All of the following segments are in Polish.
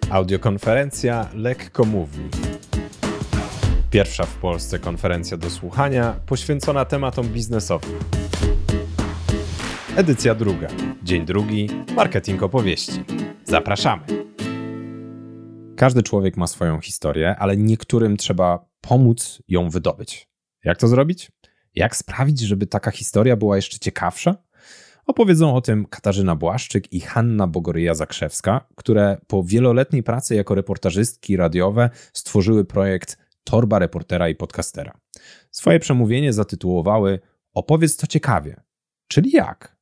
Audiokonferencja Lekko Mówi. Pierwsza w Polsce konferencja do słuchania poświęcona tematom biznesowym. Edycja druga. Dzień drugi. Marketing opowieści. Zapraszamy. Każdy człowiek ma swoją historię, ale niektórym trzeba pomóc ją wydobyć. Jak to zrobić? Jak sprawić, żeby taka historia była jeszcze ciekawsza? Opowiedzą o tym Katarzyna Błaszczyk i Hanna Bogoryja-Zakrzewska, które po wieloletniej pracy jako reportażystki radiowe stworzyły projekt Torba reportera i podcastera. Swoje przemówienie zatytułowały Opowiedz to ciekawie, czyli jak?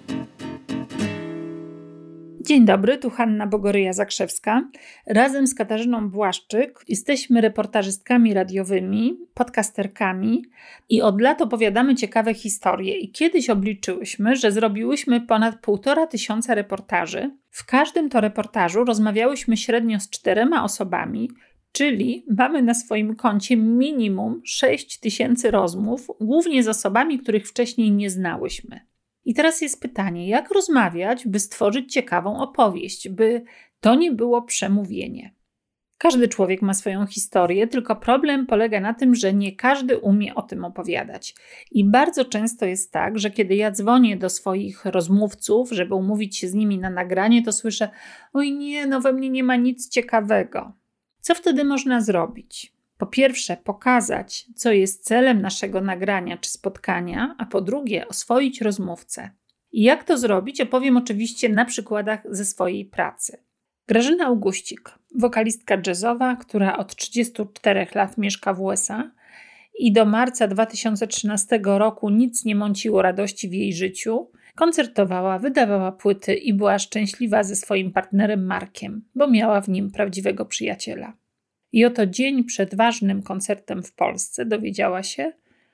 Dzień dobry, tu Hanna Bogoryja-Zakrzewska. Razem z Katarzyną Błaszczyk jesteśmy reportażystkami radiowymi, podcasterkami i od lat opowiadamy ciekawe historie. I kiedyś obliczyłyśmy, że zrobiłyśmy ponad 1500 reportaży. W każdym to reportażu rozmawiałyśmy średnio z 4 osobami, czyli mamy na swoim koncie minimum 6000 rozmów, głównie z osobami, których wcześniej nie znałyśmy. I teraz jest pytanie, jak rozmawiać, by stworzyć ciekawą opowieść, by to nie było przemówienie. Każdy człowiek ma swoją historię, tylko problem polega na tym, że nie każdy umie o tym opowiadać. I bardzo często jest tak, że kiedy ja dzwonię do swoich rozmówców, żeby umówić się z nimi na nagranie, to słyszę: oj nie, we mnie nie ma nic ciekawego. Co wtedy można zrobić? Po pierwsze, pokazać, co jest celem naszego nagrania czy spotkania, a po drugie, oswoić rozmówcę. I jak to zrobić, opowiem oczywiście na przykładach ze swojej pracy. Grażyna Augustik, wokalistka jazzowa, która od 34 lat mieszka w USA i do marca 2013 roku nic nie mąciło radości w jej życiu, koncertowała, wydawała płyty i była szczęśliwa ze swoim partnerem Markiem, bo miała w nim prawdziwego przyjaciela. I oto dzień przed ważnym koncertem w Polsce dowiedziała się,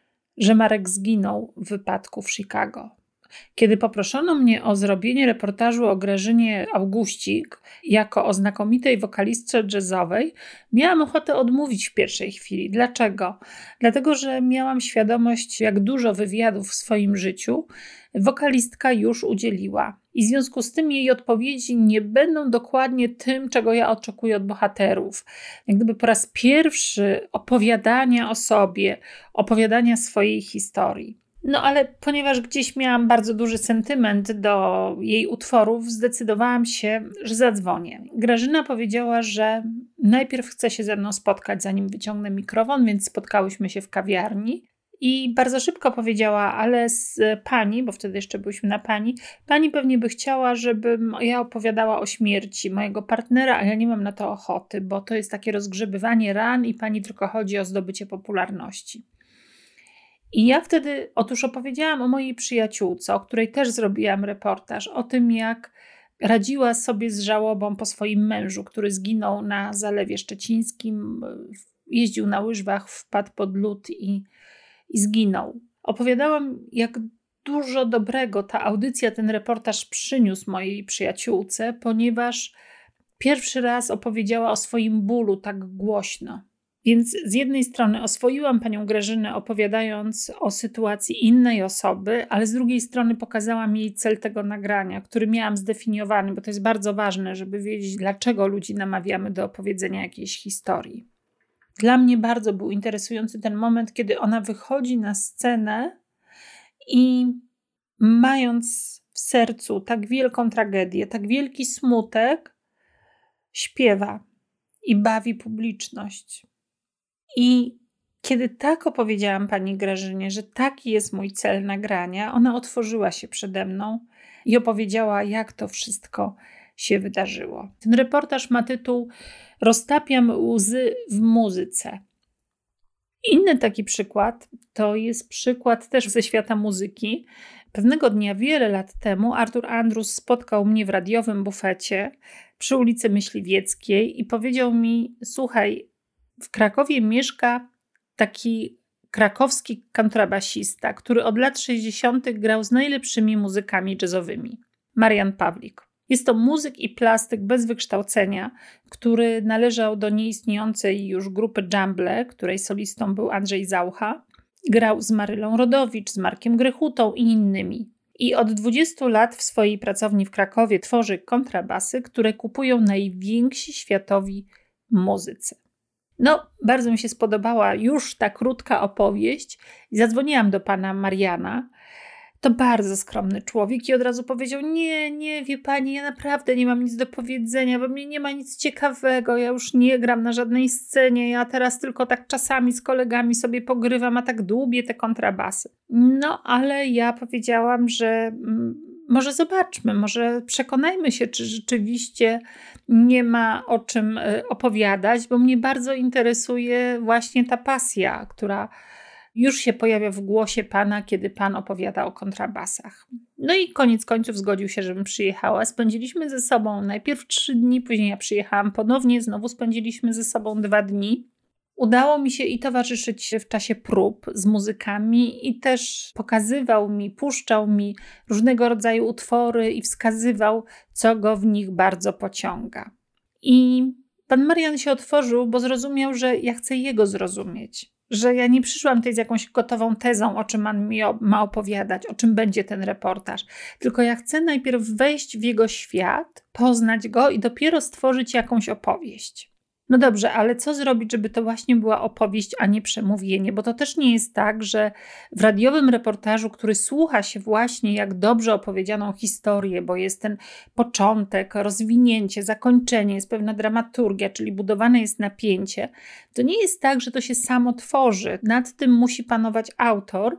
że Marek zginął w wypadku w Chicago. Kiedy poproszono mnie o zrobienie reportażu o Grażynie Augustik jako o znakomitej wokalistce jazzowej, miałam ochotę odmówić w pierwszej chwili. Dlaczego? Dlatego, że miałam świadomość, jak dużo wywiadów w swoim życiu wokalistka już udzieliła. I w związku z tym jej odpowiedzi nie będą dokładnie tym, czego ja oczekuję od bohaterów. Jak gdyby po raz pierwszy opowiadania o sobie, opowiadania swojej historii. No ale ponieważ gdzieś miałam bardzo duży sentyment do jej utworów, zdecydowałam się, że zadzwonię. Grażyna powiedziała, że najpierw chce się ze mną spotkać, zanim wyciągnę mikrofon, więc spotkałyśmy się w kawiarni. I bardzo szybko powiedziała, ale z pani, bo wtedy jeszcze byliśmy na pani pewnie by chciała, żebym ja opowiadała o śmierci mojego partnera, a ja nie mam na to ochoty, bo to jest takie rozgrzebywanie ran i pani tylko chodzi o zdobycie popularności. I ja wtedy opowiedziałam o mojej przyjaciółce, o której też zrobiłam reportaż, o tym, jak radziła sobie z żałobą po swoim mężu, który zginął na Zalewie Szczecińskim, jeździł na łyżwach, wpadł pod lód i zginął. Opowiadałam, jak dużo dobrego ta audycja, ten reportaż przyniósł mojej przyjaciółce, ponieważ pierwszy raz opowiedziała o swoim bólu tak głośno. Więc z jednej strony oswoiłam panią Grażynę, opowiadając o sytuacji innej osoby, ale z drugiej strony pokazałam jej cel tego nagrania, który miałam zdefiniowany, bo to jest bardzo ważne, żeby wiedzieć, dlaczego ludzi namawiamy do opowiedzenia jakiejś historii. Dla mnie bardzo był interesujący ten moment, kiedy ona wychodzi na scenę i mając w sercu tak wielką tragedię, tak wielki smutek, śpiewa i bawi publiczność. I kiedy tak opowiedziałam pani Grażynie, że taki jest mój cel nagrania, ona otworzyła się przede mną i opowiedziała, jak to wszystko się wydarzyło. Ten reportaż ma tytuł Roztapiam łzy w muzyce. Inny taki przykład to jest przykład też ze świata muzyki. Pewnego dnia, wiele lat temu, Artur Andrus spotkał mnie w radiowym bufecie przy ulicy Myśliwieckiej i powiedział mi: słuchaj, w Krakowie mieszka taki krakowski kontrabasista, który od lat 60. grał z najlepszymi muzykami jazzowymi. Marian Pawlik. Jest to muzyk i plastyk bez wykształcenia, który należał do nieistniejącej już grupy Jumble, której solistą był Andrzej Zaucha. Grał z Marylą Rodowicz, z Markiem Grechutą i innymi. I od 20 lat w swojej pracowni w Krakowie tworzy kontrabasy, które kupują najwięksi światowi muzycy. Bardzo mi się spodobała już ta krótka opowieść. Zadzwoniłam do pana Mariana. To bardzo skromny człowiek i od razu powiedział: nie, wie pani, ja naprawdę nie mam nic do powiedzenia, bo mnie nie ma nic ciekawego, ja już nie gram na żadnej scenie, ja teraz tylko tak czasami z kolegami sobie pogrywam, a tak dłubię te kontrabasy. Ale ja powiedziałam, że może zobaczmy, może przekonajmy się, czy rzeczywiście nie ma o czym opowiadać, bo mnie bardzo interesuje właśnie ta pasja, która już się pojawia w głosie pana, kiedy pan opowiada o kontrabasach. I koniec końców zgodził się, żebym przyjechała. Spędziliśmy ze sobą najpierw 3 dni, później ja przyjechałam ponownie, znowu spędziliśmy ze sobą 2 dni. Udało mi się i towarzyszyć w czasie prób z muzykami i też pokazywał mi, puszczał mi różnego rodzaju utwory i wskazywał, co go w nich bardzo pociąga. I pan Marian się otworzył, bo zrozumiał, że ja chcę jego zrozumieć. Że ja nie przyszłam tutaj z jakąś gotową tezą, o czym on mi ma opowiadać, o czym będzie ten reportaż. Tylko ja chcę najpierw wejść w jego świat, poznać go i dopiero stworzyć jakąś opowieść. Dobrze, ale co zrobić, żeby to właśnie była opowieść, a nie przemówienie? Bo to też nie jest tak, że w radiowym reportażu, który słucha się właśnie jak dobrze opowiedzianą historię, bo jest ten początek, rozwinięcie, zakończenie, jest pewna dramaturgia, czyli budowane jest napięcie, to nie jest tak, że to się samo tworzy. Nad tym musi panować autor.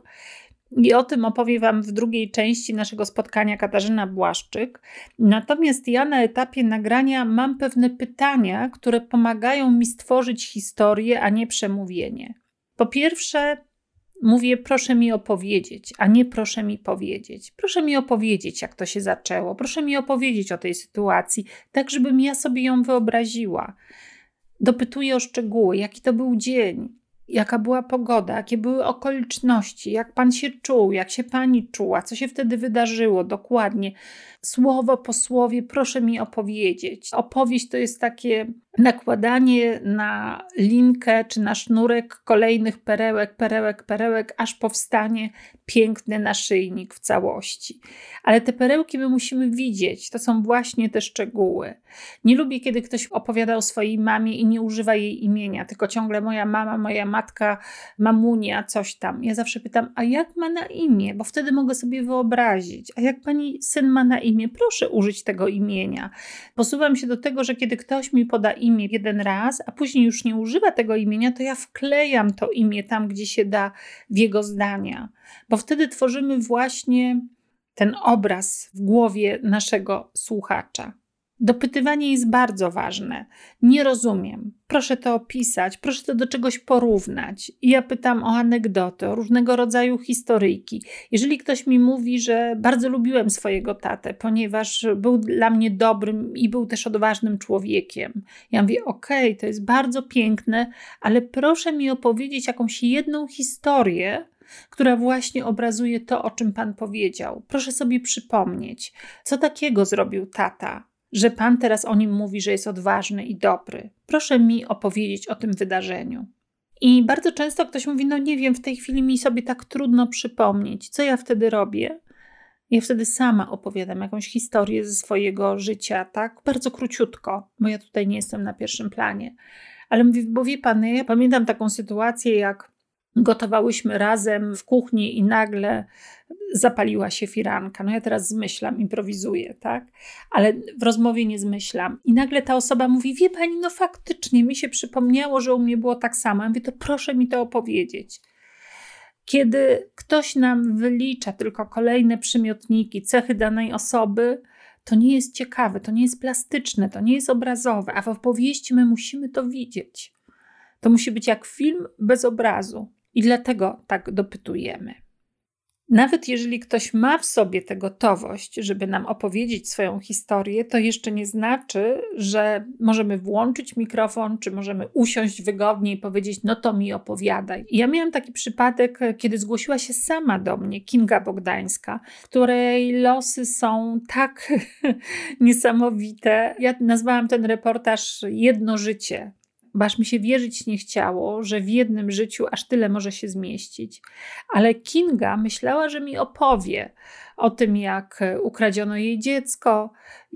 I o tym opowie wam w drugiej części naszego spotkania Katarzyna Błaszczyk. Natomiast ja na etapie nagrania mam pewne pytania, które pomagają mi stworzyć historię, a nie przemówienie. Po pierwsze, mówię: proszę mi opowiedzieć, a nie proszę mi powiedzieć. Proszę mi opowiedzieć, jak to się zaczęło. Proszę mi opowiedzieć o tej sytuacji, tak żebym ja sobie ją wyobraziła. Dopytuję o szczegóły, jaki to był dzień. Jaka była pogoda, jakie były okoliczności, jak pan się czuł, jak się pani czuła, co się wtedy wydarzyło dokładnie. Słowo po słowie proszę mi opowiedzieć. Opowieść to jest takie nakładanie na linkę czy na sznurek kolejnych perełek, aż powstanie piękny naszyjnik w całości. Ale te perełki my musimy widzieć. To są właśnie te szczegóły. Nie lubię, kiedy ktoś opowiada o swojej mamie i nie używa jej imienia, tylko ciągle moja mama, moja matka, mamunia, coś tam. Ja zawsze pytam: a jak ma na imię? Bo wtedy mogę sobie wyobrazić. A jak pani syn ma na imię? Proszę użyć tego imienia. Posuwam się do tego, że kiedy ktoś mi poda imię jeden raz, a później już nie używa tego imienia, to ja wklejam to imię tam, gdzie się da, w jego zdania. Bo wtedy tworzymy właśnie ten obraz w głowie naszego słuchacza. Dopytywanie jest bardzo ważne. Nie rozumiem. Proszę to opisać, proszę to do czegoś porównać. I ja pytam o anegdoty, o różnego rodzaju historyjki. Jeżeli ktoś mi mówi, że bardzo lubiłem swojego tatę, ponieważ był dla mnie dobrym i był też odważnym człowiekiem. Ja mówię: okej, to jest bardzo piękne, ale proszę mi opowiedzieć jakąś jedną historię, która właśnie obrazuje to, o czym pan powiedział. Proszę sobie przypomnieć, co takiego zrobił tata, że pan teraz o nim mówi, że jest odważny i dobry. Proszę mi opowiedzieć o tym wydarzeniu. I bardzo często ktoś mówi: nie wiem, w tej chwili mi sobie tak trudno przypomnieć. Co ja wtedy robię? Ja wtedy sama opowiadam jakąś historię ze swojego życia, tak? Bardzo króciutko, bo ja tutaj nie jestem na pierwszym planie. Ale mówię: bo wie pan, ja pamiętam taką sytuację, jak gotowałyśmy razem w kuchni i nagle zapaliła się firanka. Ja teraz zmyślam, improwizuję, tak? Ale w rozmowie nie zmyślam. I nagle ta osoba mówi: wie pani, faktycznie mi się przypomniało, że u mnie było tak samo. Ja mówię: to proszę mi to opowiedzieć. Kiedy ktoś nam wylicza tylko kolejne przymiotniki, cechy danej osoby, to nie jest ciekawe, to nie jest plastyczne, to nie jest obrazowe, a w opowieści my musimy to widzieć. To musi być jak film bez obrazu. I dlatego tak dopytujemy. Nawet jeżeli ktoś ma w sobie tę gotowość, żeby nam opowiedzieć swoją historię, to jeszcze nie znaczy, że możemy włączyć mikrofon, czy możemy usiąść wygodnie i powiedzieć: to mi opowiadaj. I ja miałam taki przypadek, kiedy zgłosiła się sama do mnie Kinga Bogdańska, której losy są tak niesamowite. Ja nazwałam ten reportaż Jedno życie. bo aż mi się wierzyć nie chciało, że w jednym życiu aż tyle może się zmieścić. Ale Kinga myślała, że mi opowie o tym, jak ukradziono jej dziecko,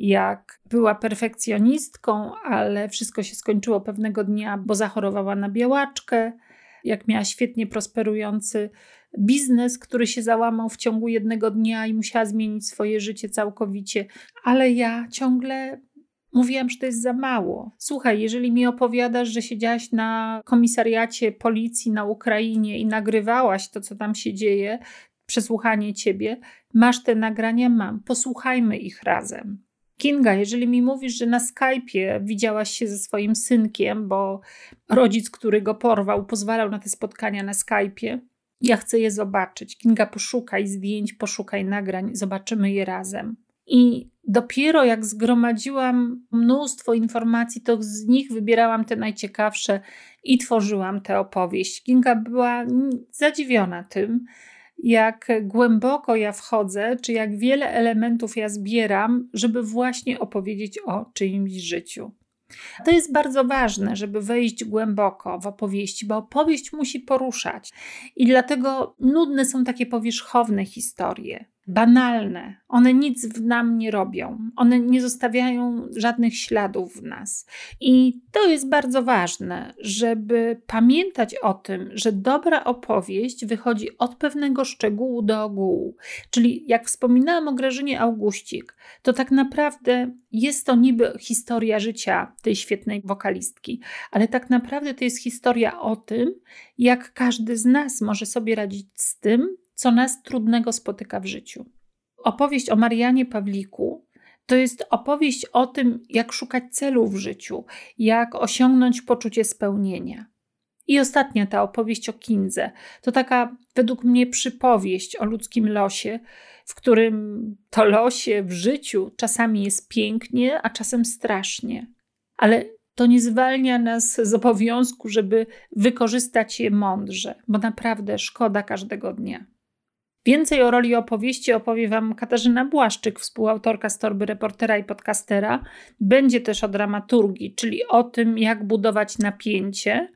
jak była perfekcjonistką, ale wszystko się skończyło pewnego dnia, bo zachorowała na białaczkę, jak miała świetnie prosperujący biznes, który się załamał w ciągu jednego dnia i musiała zmienić swoje życie całkowicie. Ale ja ciągle mówiłam, że to jest za mało. Słuchaj, jeżeli mi opowiadasz, że siedziałaś na komisariacie policji na Ukrainie i nagrywałaś to, co tam się dzieje, przesłuchanie ciebie, masz te nagrania? Mam. Posłuchajmy ich razem. Kinga, jeżeli mi mówisz, że na Skype'ie widziałaś się ze swoim synkiem, bo rodzic, który go porwał, pozwalał na te spotkania na Skype'ie, ja chcę je zobaczyć. Kinga, poszukaj zdjęć, poszukaj nagrań, zobaczymy je razem. I dopiero jak zgromadziłam mnóstwo informacji, to z nich wybierałam te najciekawsze i tworzyłam tę opowieść. Kinga była zadziwiona tym, jak głęboko ja wchodzę, czy jak wiele elementów ja zbieram, żeby właśnie opowiedzieć o czyimś życiu. To jest bardzo ważne, żeby wejść głęboko w opowieści, bo opowieść musi poruszać. I dlatego nudne są takie powierzchowne historie, banalne. One nic w nam nie robią. One nie zostawiają żadnych śladów w nas. I to jest bardzo ważne, żeby pamiętać o tym, że dobra opowieść wychodzi od pewnego szczegółu do ogółu. Czyli jak wspominałam o Grażynie Augustik, to tak naprawdę jest to niby historia życia tej świetnej wokalistki, ale tak naprawdę to jest historia o tym, jak każdy z nas może sobie radzić z tym, co nas trudnego spotyka w życiu. Opowieść o Marianie Pawliku to jest opowieść o tym, jak szukać celu w życiu, jak osiągnąć poczucie spełnienia. I ostatnia ta opowieść o Kindze to taka według mnie przypowieść o ludzkim losie, w którym to losie w życiu czasami jest pięknie, a czasem strasznie. Ale to nie zwalnia nas z obowiązku, żeby wykorzystać je mądrze, bo naprawdę szkoda każdego dnia. Więcej o roli opowieści opowie Wam Katarzyna Błaszczyk, współautorka z Torby Reportera i Podcastera. Będzie też o dramaturgii, czyli o tym, jak budować napięcie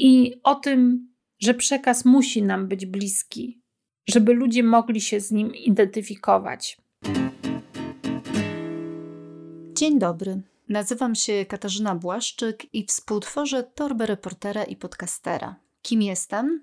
i o tym, że przekaz musi nam być bliski, żeby ludzie mogli się z nim identyfikować. Dzień dobry. Nazywam się Katarzyna Błaszczyk i współtworzę Torbę Reportera i Podcastera. Kim jestem?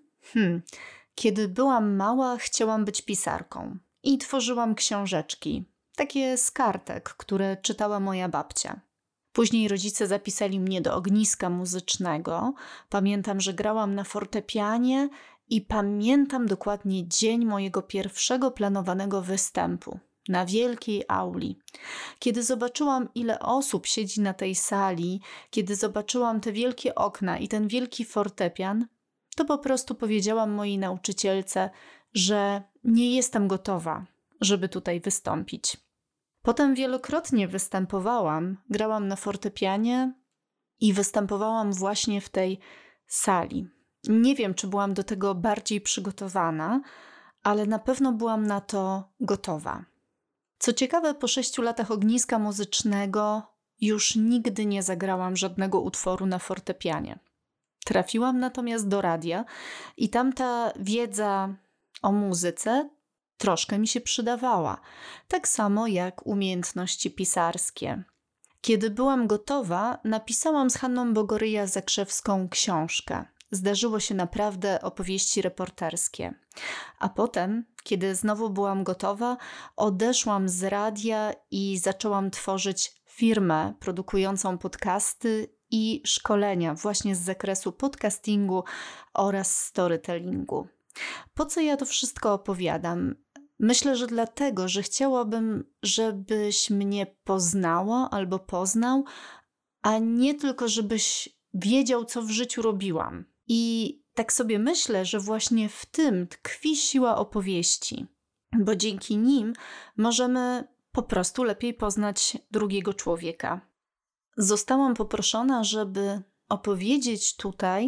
Kiedy byłam mała, chciałam być pisarką i tworzyłam książeczki, takie z kartek, które czytała moja babcia. Później rodzice zapisali mnie do ogniska muzycznego. Pamiętam, że grałam na fortepianie i pamiętam dokładnie dzień mojego pierwszego planowanego występu na wielkiej auli. Kiedy zobaczyłam, ile osób siedzi na tej sali, kiedy zobaczyłam te wielkie okna i ten wielki fortepian, to po prostu powiedziałam mojej nauczycielce, że nie jestem gotowa, żeby tutaj wystąpić. Potem wielokrotnie występowałam, grałam na fortepianie i występowałam właśnie w tej sali. Nie wiem, czy byłam do tego bardziej przygotowana, ale na pewno byłam na to gotowa. Co ciekawe, po 6 latach ogniska muzycznego już nigdy nie zagrałam żadnego utworu na fortepianie. Trafiłam natomiast do radia i tamta wiedza o muzyce troszkę mi się przydawała, tak samo jak umiejętności pisarskie. Kiedy byłam gotowa, napisałam z Hanną Bogoryja-Zakrzewską książkę. Zdarzyło się naprawdę opowieści reporterskie. A potem, kiedy znowu byłam gotowa, odeszłam z radia i zaczęłam tworzyć firmę produkującą podcasty i szkolenia właśnie z zakresu podcastingu oraz storytellingu. Po co ja to wszystko opowiadam? Myślę, że dlatego, że chciałabym, żebyś mnie poznała albo poznał, a nie tylko, żebyś wiedział, co w życiu robiłam. I tak sobie myślę, że właśnie w tym tkwi siła opowieści, bo dzięki nim możemy po prostu lepiej poznać drugiego człowieka. Zostałam poproszona, żeby opowiedzieć tutaj,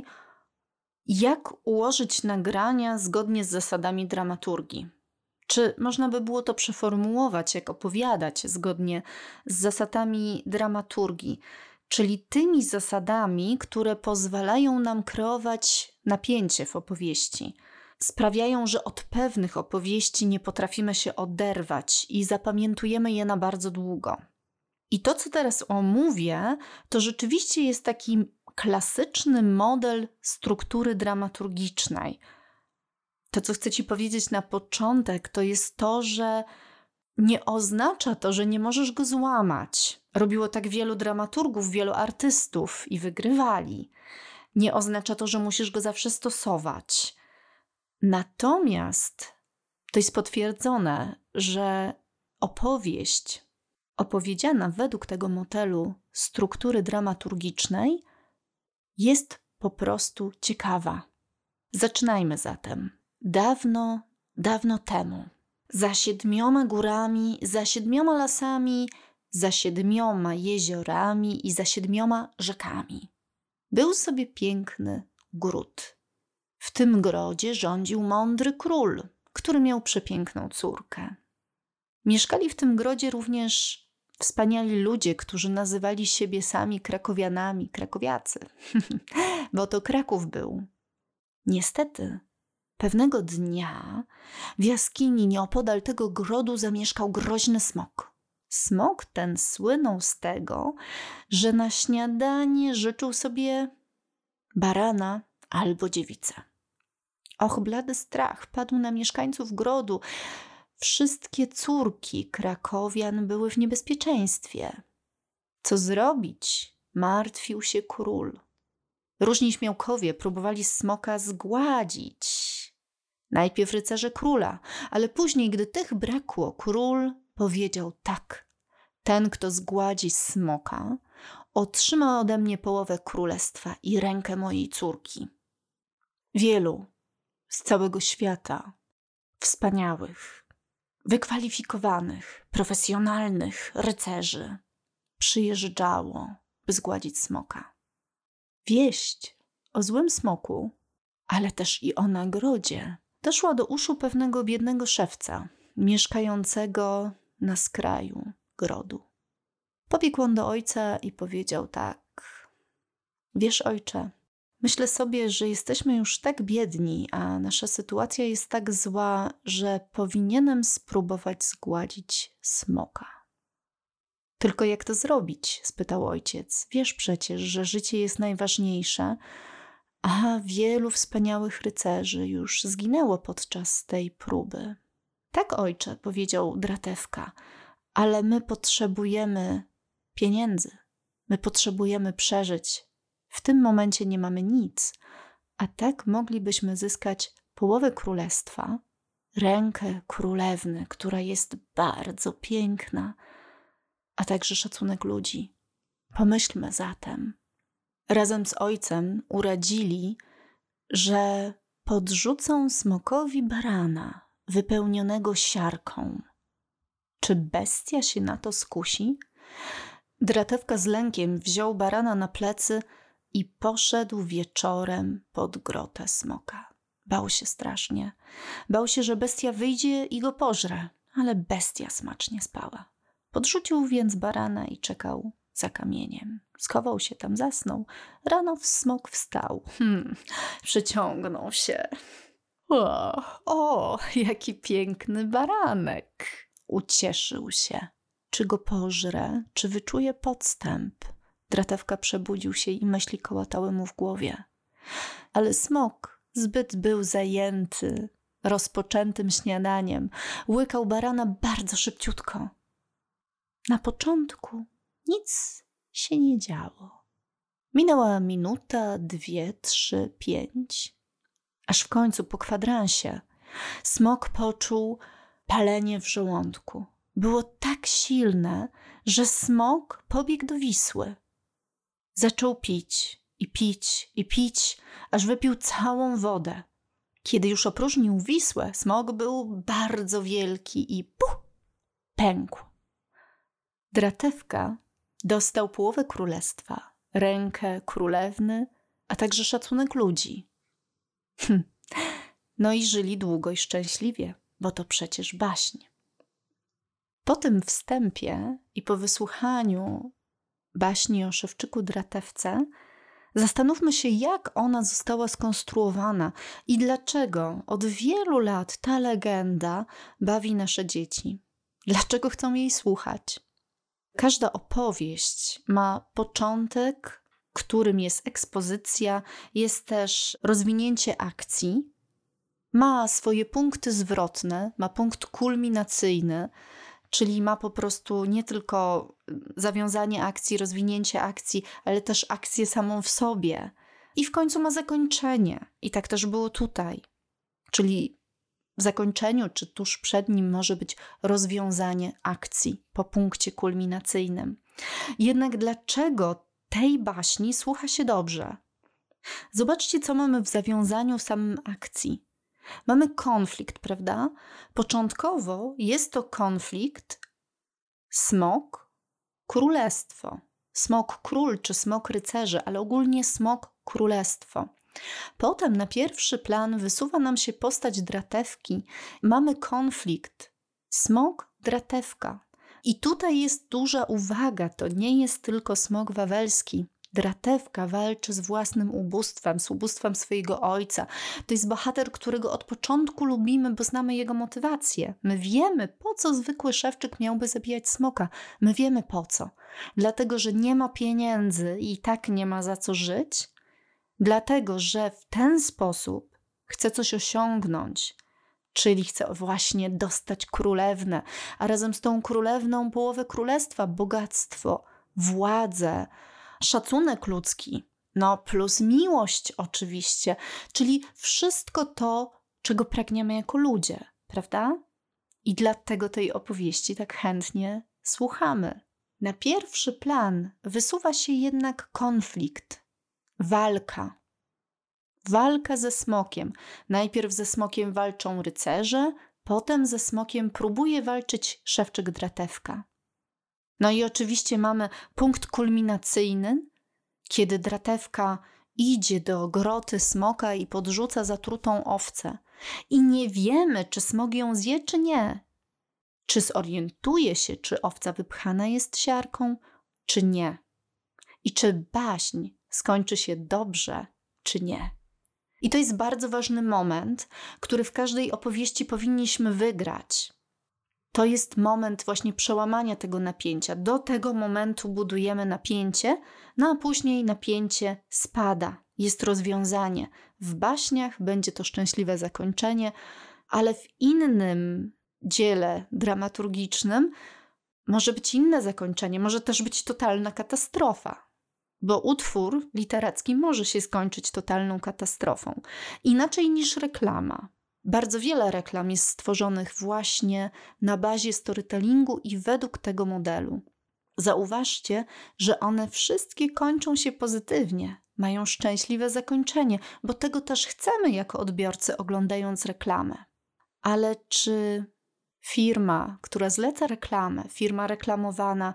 jak ułożyć nagrania zgodnie z zasadami dramaturgii. Czy można by było to przeformułować, jak opowiadać zgodnie z zasadami dramaturgii? czyli tymi zasadami, które pozwalają nam kreować napięcie w opowieści. Sprawiają, że od pewnych opowieści nie potrafimy się oderwać i zapamiętujemy je na bardzo długo. I to, co teraz omówię, to rzeczywiście jest taki klasyczny model struktury dramaturgicznej. To, co chcę Ci powiedzieć na początek, to jest to, że nie oznacza to, że nie możesz go złamać. Robiło tak wielu dramaturgów, wielu artystów i wygrywali. Nie oznacza to, że musisz go zawsze stosować. Natomiast to jest potwierdzone, że opowieść opowiedziana według tego modelu struktury dramaturgicznej jest po prostu ciekawa. Zaczynajmy zatem. Dawno, dawno temu, za 7 górami, za 7 lasami, za 7 jeziorami i za 7 rzekami był sobie piękny gród. W tym grodzie rządził mądry król, który miał przepiękną córkę. Mieszkali w tym grodzie również wspaniali ludzie, którzy nazywali siebie sami Krakowianami, Krakowiacy, bo to Kraków był. Niestety, pewnego dnia w jaskini nieopodal tego grodu zamieszkał groźny smok. Smok ten słynął z tego, że na śniadanie życzył sobie barana albo dziewicę. Och, blady strach padł na mieszkańców grodu. Wszystkie córki Krakowian były w niebezpieczeństwie. Co zrobić? Martwił się król. Różni śmiałkowie próbowali smoka zgładzić. Najpierw rycerze króla, ale później, gdy tych brakło, król powiedział tak. Ten, kto zgładzi smoka, otrzyma ode mnie połowę królestwa i rękę mojej córki. Wielu z całego świata, wspaniałych, wykwalifikowanych, profesjonalnych rycerzy przyjeżdżało, by zgładzić smoka. Wieść o złym smoku, ale też i o nagrodzie, doszła do uszu pewnego biednego szewca, mieszkającego na skraju grodu. Pobiegł on do ojca i powiedział tak. Wiesz, ojcze, myślę sobie, że jesteśmy już tak biedni, a nasza sytuacja jest tak zła, że powinienem spróbować zgładzić smoka. Tylko jak to zrobić? Spytał ojciec. Wiesz przecież, że życie jest najważniejsze, a wielu wspaniałych rycerzy już zginęło podczas tej próby. Tak, ojcze, powiedział Dratewka, ale my potrzebujemy pieniędzy. My potrzebujemy przeżyć. W tym momencie nie mamy nic, a tak moglibyśmy zyskać połowę królestwa, rękę królewny, która jest bardzo piękna, a także szacunek ludzi. Pomyślmy zatem. Razem z ojcem uradzili, że podrzucą smokowi barana wypełnionego siarką. Czy bestia się na to skusi? Dratewka z lękiem wziął barana na plecy i poszedł wieczorem pod grotę smoka. Bał się strasznie. Bał się, że bestia wyjdzie i go pożre, ale bestia smacznie spała. Podrzucił więc barana i czekał za kamieniem. Schował się tam, zasnął. Rano smok wstał. Przyciągnął się. O, jaki piękny baranek. Ucieszył się. Czy go pożre, czy wyczuje podstęp? Dratewka przebudził się i myśli kołatały mu w głowie. Ale smok zbyt był zajęty rozpoczętym śniadaniem. Łykał barana bardzo szybciutko. Na początku nic się nie działo. Minęła minuta, 2, 3, 5. Aż w końcu po kwadransie smok poczuł palenie w żołądku. Było tak silne, że smok pobiegł do Wisły. Zaczął pić i pić i pić, aż wypił całą wodę. Kiedy już opróżnił Wisłę, smok był bardzo wielki i pękł. Dratewka dostał połowę królestwa, rękę królewny, a także szacunek ludzi. No i żyli długo i szczęśliwie, bo to przecież baśń. Po tym wstępie i po wysłuchaniu baśni o Szewczyku Dratewce, zastanówmy się, jak ona została skonstruowana i dlaczego od wielu lat ta legenda bawi nasze dzieci. Dlaczego chcą jej słuchać? Każda opowieść ma początek, którym jest ekspozycja, jest też rozwinięcie akcji, ma swoje punkty zwrotne, ma punkt kulminacyjny, czyli ma po prostu nie tylko zawiązanie akcji, rozwinięcie akcji, ale też akcję samą w sobie. I w końcu ma zakończenie. I tak też było tutaj. Czyli w zakończeniu, czy tuż przed nim może być rozwiązanie akcji po punkcie kulminacyjnym. Jednak dlaczego tej baśni słucha się dobrze? Zobaczcie, co mamy w zawiązaniu samym akcji. Mamy konflikt, prawda? Początkowo jest to konflikt smok, królestwo. Smok król czy smok rycerzy, ale ogólnie smok królestwo. Potem na pierwszy plan wysuwa nam się postać Dratewki. Mamy konflikt smok, Dratewka. I tutaj jest duża uwaga, to nie jest tylko smok wawelski. Dratewka walczy z własnym ubóstwem, z ubóstwem swojego ojca. To jest bohater, którego od początku lubimy, bo znamy jego motywację. My wiemy, po co zwykły szewczyk miałby zabijać smoka. My wiemy po co. Dlatego, że nie ma pieniędzy i tak nie ma za co żyć. Dlatego, że w ten sposób chce coś osiągnąć. Czyli chce właśnie dostać królewnę, a razem z tą królewną połowę królestwa, bogactwo, władzę, szacunek ludzki, no plus miłość oczywiście, czyli wszystko to, czego pragniemy jako ludzie, prawda? I dlatego tej opowieści tak chętnie słuchamy. Na pierwszy plan wysuwa się jednak konflikt, walka. Walka ze smokiem. Najpierw ze smokiem walczą rycerze, potem ze smokiem próbuje walczyć Szewczyk Dratewka. No i oczywiście mamy punkt kulminacyjny, kiedy Dratewka idzie do groty smoka i podrzuca zatrutą owcę. I nie wiemy, czy smok ją zje, czy nie. Czy zorientuje się, czy owca wypchana jest siarką, czy nie. I czy baśń skończy się dobrze, czy nie. I to jest bardzo ważny moment, który w każdej opowieści powinniśmy wygrać. To jest moment właśnie przełamania tego napięcia. Do tego momentu budujemy napięcie, no a później napięcie spada. Jest rozwiązanie. W baśniach będzie to szczęśliwe zakończenie, ale w innym dziele dramaturgicznym może być inne zakończenie, może też być totalna katastrofa. Bo utwór literacki może się skończyć totalną katastrofą. Inaczej niż reklama. Bardzo wiele reklam jest stworzonych właśnie na bazie storytellingu i według tego modelu. Zauważcie, że one wszystkie kończą się pozytywnie, mają szczęśliwe zakończenie, bo tego też chcemy jako odbiorcy, oglądając reklamę. Ale czy firma, która zleca reklamę, firma reklamowana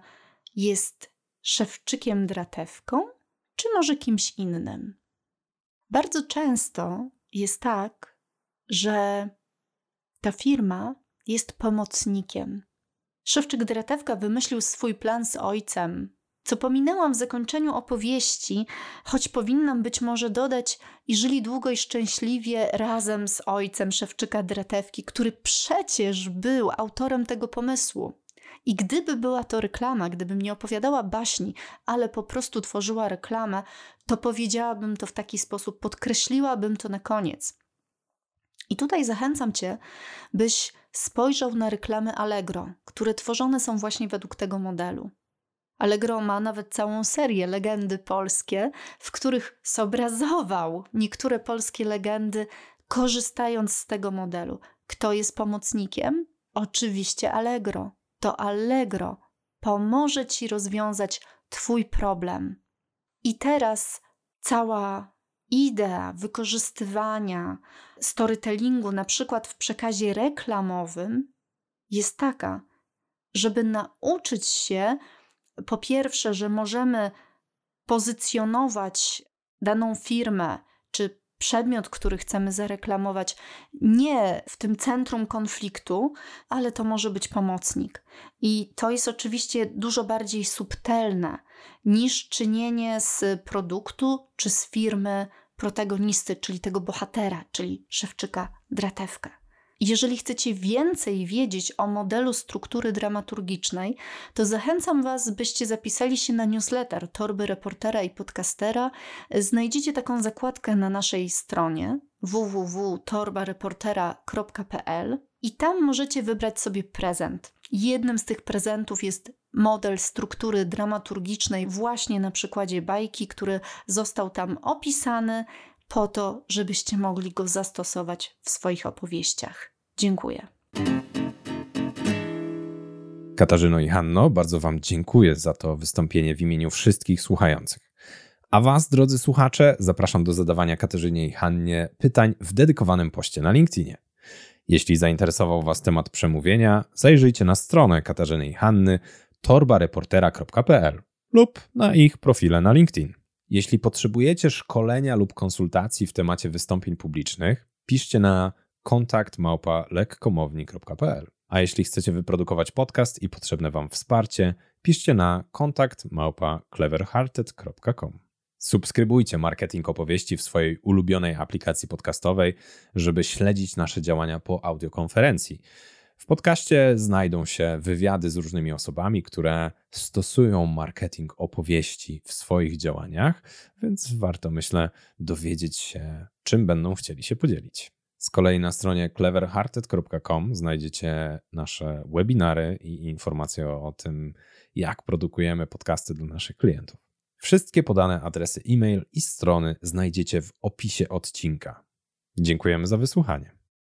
jest Szewczykiem Dratewką, czy może kimś innym? Bardzo często jest tak, że ta firma jest pomocnikiem. Szewczyk Dratewka wymyślił swój plan z ojcem, co pominęłam w zakończeniu opowieści, choć powinnam być może dodać i żyli długo i szczęśliwie razem z ojcem Szewczyka Dratewki, który przecież był autorem tego pomysłu. I gdyby była to reklama, gdybym nie opowiadała baśni, ale po prostu tworzyła reklamę, to powiedziałabym to w taki sposób, podkreśliłabym to na koniec. I tutaj zachęcam Cię, byś spojrzał na reklamy Allegro, które tworzone są właśnie według tego modelu. Allegro ma nawet całą serię legendy polskie, w których zobrazował niektóre polskie legendy, korzystając z tego modelu. Kto jest pomocnikiem? Oczywiście Allegro. To Allegro pomoże Ci rozwiązać Twój problem. I teraz cała idea wykorzystywania storytellingu na przykład w przekazie reklamowym jest taka, żeby nauczyć się po pierwsze, że możemy pozycjonować daną firmę czy przedmiot, który chcemy zareklamować, nie w tym centrum konfliktu, ale to może być pomocnik. I to jest oczywiście dużo bardziej subtelne niż czynienie z produktu czy z firmy protagonisty, czyli tego bohatera, czyli Szewczyka Dratewkę. Jeżeli chcecie więcej wiedzieć o modelu struktury dramaturgicznej, to zachęcam Was, byście zapisali się na newsletter Torby Reportera i Podcastera. Znajdziecie taką zakładkę na naszej stronie www.torbareportera.pl i tam możecie wybrać sobie prezent. Jednym z tych prezentów jest model struktury dramaturgicznej właśnie na przykładzie bajki, który został tam opisany po to, żebyście mogli go zastosować w swoich opowieściach. Dziękuję. Katarzyno i Hanno, bardzo Wam dziękuję za to wystąpienie w imieniu wszystkich słuchających. A Was, drodzy słuchacze, zapraszam do zadawania Katarzynie i Hannie pytań w dedykowanym poście na LinkedInie. Jeśli zainteresował Was temat przemówienia, zajrzyjcie na stronę Katarzyny i Hanny torbareportera.pl lub na ich profile na LinkedIn. Jeśli potrzebujecie szkolenia lub konsultacji w temacie wystąpień publicznych, piszcie na kontakt@lekkomowni.pl. A jeśli chcecie wyprodukować podcast i potrzebne Wam wsparcie, piszcie na kontakt@cleverhearted.com. Subskrybujcie Marketing Opowieści w swojej ulubionej aplikacji podcastowej, żeby śledzić nasze działania po audiokonferencji. W podcaście znajdą się wywiady z różnymi osobami, które stosują marketing opowieści w swoich działaniach, więc warto, myślę, dowiedzieć się, czym będą chcieli się podzielić. Z kolei na stronie cleverhearted.com znajdziecie nasze webinary i informacje o tym, jak produkujemy podcasty dla naszych klientów. Wszystkie podane adresy e-mail i strony znajdziecie w opisie odcinka. Dziękujemy za wysłuchanie.